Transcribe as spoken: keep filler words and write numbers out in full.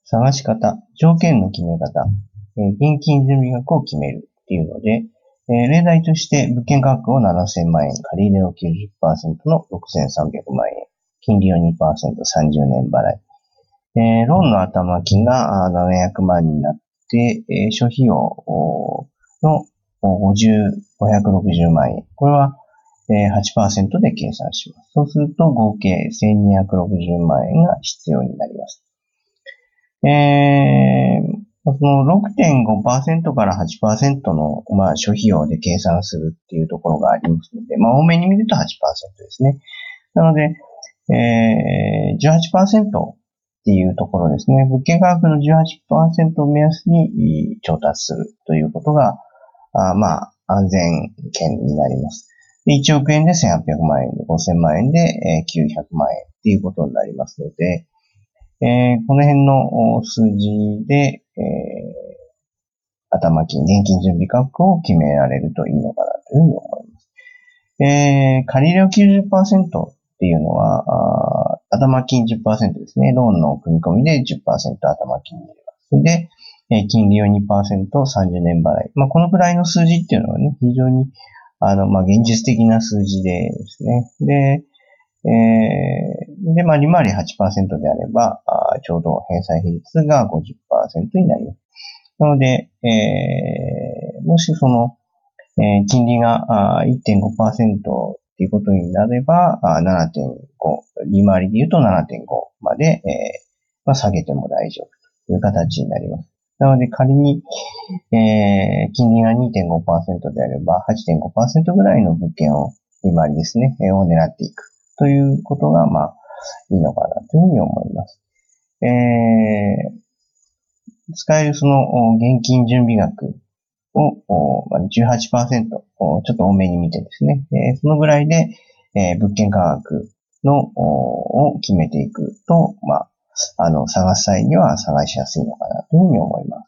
探し方、条件の決め方、えー、現金準備額を決めるっていうので、えー、例題として物件価格をななせんまん円、借り入れを きゅうじゅっパーセント のろくせんさんびゃくまん円、金利を にパーセント、さんじゅうねん払い、えー、ローンの頭金がななひゃくまんになって、えー、諸費用のごじゅう、ごひゃくろくじゅうまん円。これは はちパーセント で計算します。そうすると合計せんにひゃくろくじゅうまん円が必要になります。えー、その ろくてんごパーセント から はちパーセント の、まあ、諸費用で計算するっていうところがありますので、まあ、多めに見ると はちパーセント ですね。なので、えー、じゅうはちパーセント っていうところですね。物件価格の じゅうはちパーセント を目安に調達するということが、あまあ、安全圏になります。でいちおく円でせんはっぴゃくまん円でごせんまん円できゅうひゃくまん円っていうことになりますので、えー、この辺の数字で、えー、頭金、現金準備価格を決められるといいのかなというふうに思います。えー、借り入れを きゅうじゅっパーセント っていうのは、頭金 じゅっパーセント ですね。ローンの組み込みで じゅっパーセント 頭金に入れます。で、えー、金利を にパーセント、さんじゅうねん払い。まあ、このくらいの数字っていうのはね、非常に、あの、まあ、現実的な数字でですね。で、えー、で、まあ、利回り はちパーセント であれば、あちょうど返済比率が ごじゅっパーセント になります。なので、えー、もしその、えー、金利が いってんごパーセント っていうことになれば、ななてんご、利回りで言うと ななてんご まで、えーまあ、下げても大丈夫という形になります。なので仮に、えー、金利が にてんごパーセント であれば はちてんごパーセント ぐらいの物件を、利回りですね、を狙っていくということが、まあ、いいのかなというふうに思います。えー、使えるその現金準備額を じゅうはちパーセント、ちょっと多めに見てですね、そのぐらいで物件価格のを決めていくと、まあ、あの、探す際には探しやすいのかなというふうに思います。